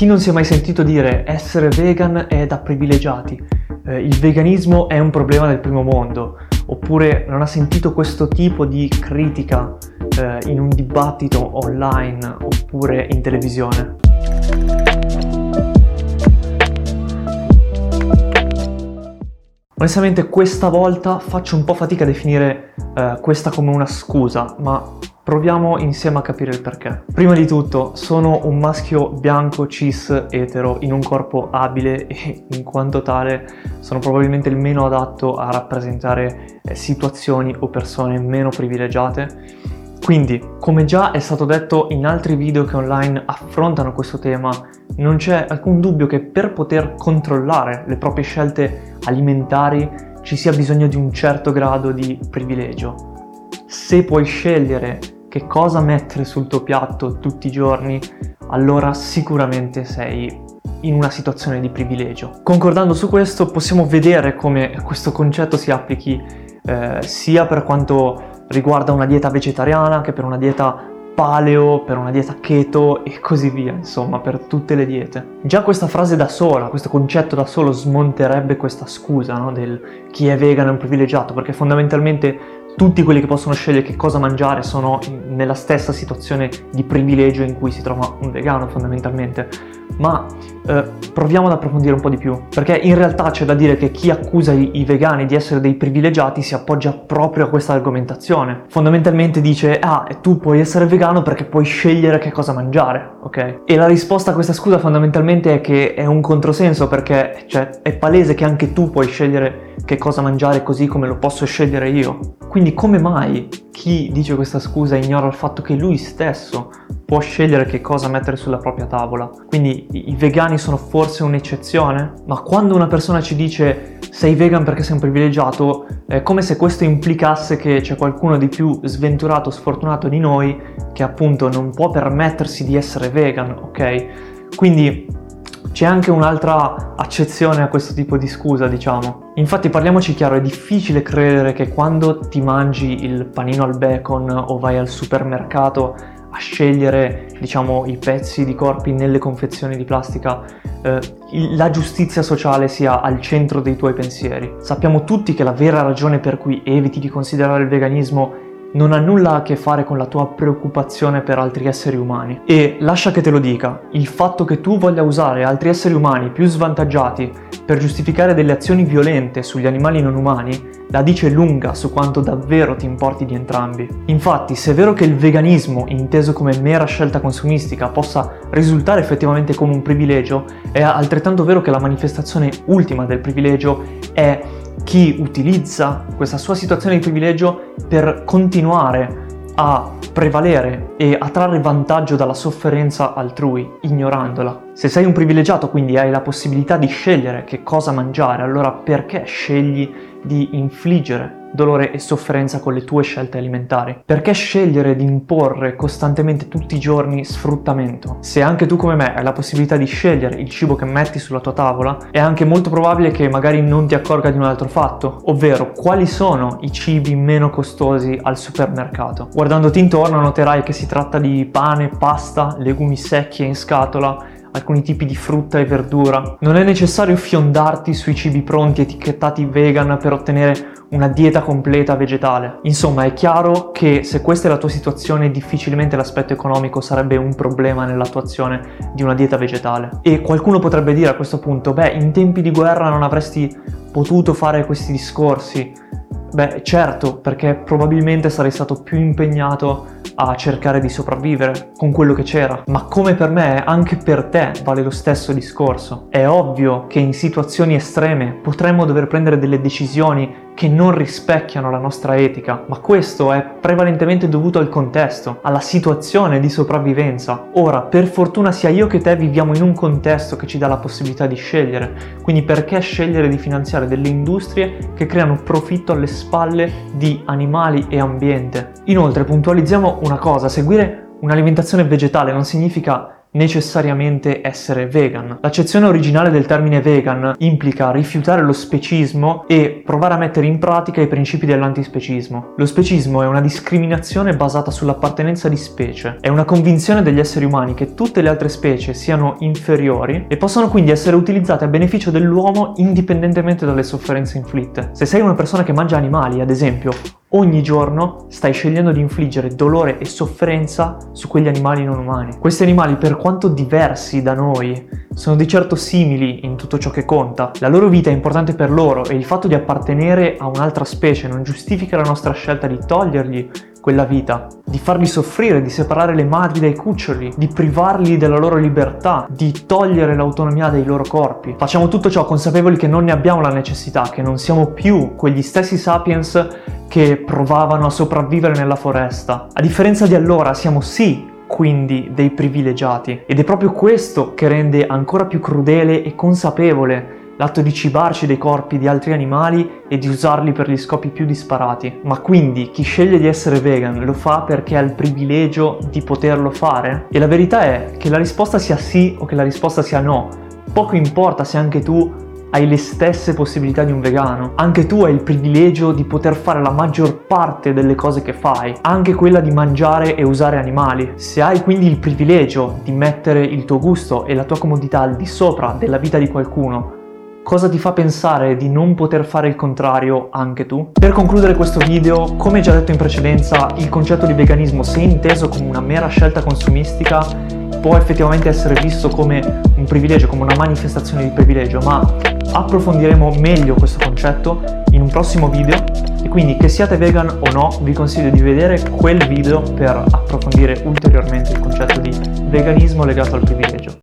Chi non si è mai sentito dire essere vegan è da privilegiati, il veganismo è un problema del primo mondo, oppure non ha sentito questo tipo di critica in un dibattito online oppure in televisione? Onestamente questa volta faccio un po' fatica a definire questa come una scusa, ma proviamo insieme a capire il perché. Prima di tutto, sono un maschio bianco, cis, etero, in un corpo abile e in quanto tale sono probabilmente il meno adatto a rappresentare situazioni o persone meno privilegiate. Quindi, come già è stato detto in altri video che online affrontano questo tema, non c'è alcun dubbio che per poter controllare le proprie scelte alimentari ci sia bisogno di un certo grado di privilegio. Se puoi scegliere che cosa mettere sul tuo piatto tutti i giorni, allora sicuramente sei in una situazione di privilegio. Concordando su questo, possiamo vedere come questo concetto si applichi sia per quanto riguarda una dieta vegetariana che per una dieta paleo, per una dieta keto e così via, insomma, per tutte le diete. Già questa frase da sola, questo concetto da solo smonterebbe questa scusa, no, del chi è vegano è un privilegiato, perché fondamentalmente tutti quelli che possono scegliere che cosa mangiare sono nella stessa situazione di privilegio in cui si trova un vegano fondamentalmente. Ma proviamo ad approfondire un po' di più, perché in realtà c'è da dire che chi accusa i vegani di essere dei privilegiati si appoggia proprio a questa argomentazione. Fondamentalmente dice, tu puoi essere vegano perché puoi scegliere che cosa mangiare, ok? E la risposta a questa scusa fondamentalmente è che è un controsenso, perché è palese che anche tu puoi scegliere che cosa mangiare così come lo posso scegliere io. Quindi come mai chi dice questa scusa ignora il fatto che lui stesso può scegliere che cosa mettere sulla propria tavola? Quindi i vegani sono forse un'eccezione? Ma quando una persona ci dice sei vegan perché sei un privilegiato, è come se questo implicasse che c'è qualcuno di più sventurato, sfortunato di noi che appunto non può permettersi di essere vegan, ok? Quindi c'è anche un'altra accezione a questo tipo di scusa, diciamo. Infatti, parliamoci chiaro, è difficile credere che quando ti mangi il panino al bacon o vai al supermercato a scegliere, diciamo, i pezzi di corpi nelle confezioni di plastica, la giustizia sociale sia al centro dei tuoi pensieri. Sappiamo tutti che la vera ragione per cui eviti di considerare il veganismo non ha nulla a che fare con la tua preoccupazione per altri esseri umani. E lascia che te lo dica, il fatto che tu voglia usare altri esseri umani più svantaggiati per giustificare delle azioni violente sugli animali non umani la dice lunga su quanto davvero ti importi di entrambi. Infatti, se è vero che il veganismo, inteso come mera scelta consumistica, possa risultare effettivamente come un privilegio, è altrettanto vero che la manifestazione ultima del privilegio è chi utilizza questa sua situazione di privilegio per continuare a prevalere e a trarre vantaggio dalla sofferenza altrui, ignorandola. Se sei un privilegiato, quindi hai la possibilità di scegliere che cosa mangiare, allora perché scegli di infliggere dolore e sofferenza con le tue scelte alimentari? Perché scegliere di imporre costantemente tutti i giorni sfruttamento? Se anche tu come me hai la possibilità di scegliere il cibo che metti sulla tua tavola, è anche molto probabile che magari non ti accorga di un altro fatto, ovvero quali sono i cibi meno costosi al supermercato. Guardandoti intorno noterai che si tratta di pane, pasta, legumi secchi e in scatola, alcuni tipi di frutta e verdura. Non è necessario fiondarti sui cibi pronti etichettati vegan per ottenere una dieta completa vegetale. Insomma, è chiaro che se questa è la tua situazione, difficilmente l'aspetto economico sarebbe un problema nell'attuazione di una dieta vegetale. E qualcuno potrebbe dire a questo punto, in tempi di guerra non avresti potuto fare questi discorsi. Certo, perché probabilmente sarei stato più impegnato a cercare di sopravvivere con quello che c'era. Ma come per me, anche per te vale lo stesso discorso. È ovvio che in situazioni estreme potremmo dover prendere delle decisioni che non rispecchiano la nostra etica, ma questo è prevalentemente dovuto al contesto, alla situazione di sopravvivenza. Ora, per fortuna sia io che te viviamo in un contesto che ci dà la possibilità di scegliere, quindi perché scegliere di finanziare delle industrie che creano profitto alle spalle di animali e ambiente? Inoltre, puntualizziamo una cosa, seguire un'alimentazione vegetale non significa necessariamente essere vegan. L'accezione originale del termine vegan implica rifiutare lo specismo e provare a mettere in pratica i principi dell'antispecismo. Lo specismo è una discriminazione basata sull'appartenenza di specie, è una convinzione degli esseri umani che tutte le altre specie siano inferiori e possano quindi essere utilizzate a beneficio dell'uomo indipendentemente dalle sofferenze inflitte. Se sei una persona che mangia animali, ad esempio, ogni giorno stai scegliendo di infliggere dolore e sofferenza su quegli animali non umani. Questi animali, per quanto diversi da noi, sono di certo simili in tutto ciò che conta. La loro vita è importante per loro e il fatto di appartenere a un'altra specie non giustifica la nostra scelta di togliergli quella vita, di farli soffrire, di separare le madri dai cuccioli, di privarli della loro libertà, di togliere l'autonomia dai loro corpi. Facciamo tutto ciò consapevoli che non ne abbiamo la necessità, che non siamo più quegli stessi sapiens che provavano a sopravvivere nella foresta. A differenza di allora, siamo sì quindi dei privilegiati, ed è proprio questo che rende ancora più crudele e consapevole l'atto di cibarci dei corpi di altri animali e di usarli per gli scopi più disparati. Ma quindi chi sceglie di essere vegan lo fa perché ha il privilegio di poterlo fare? E la verità è che la risposta sia sì o che la risposta sia no. Poco importa se anche tu hai le stesse possibilità di un vegano. Anche tu hai il privilegio di poter fare la maggior parte delle cose che fai, anche quella di mangiare e usare animali. Se hai quindi il privilegio di mettere il tuo gusto e la tua comodità al di sopra della vita di qualcuno, cosa ti fa pensare di non poter fare il contrario anche tu? Per concludere questo video, come già detto in precedenza, il concetto di veganismo, se inteso come una mera scelta consumistica, può effettivamente essere visto come un privilegio, come una manifestazione di privilegio, ma approfondiremo meglio questo concetto in un prossimo video e quindi, che siate vegan o no, vi consiglio di vedere quel video per approfondire ulteriormente il concetto di veganismo legato al privilegio.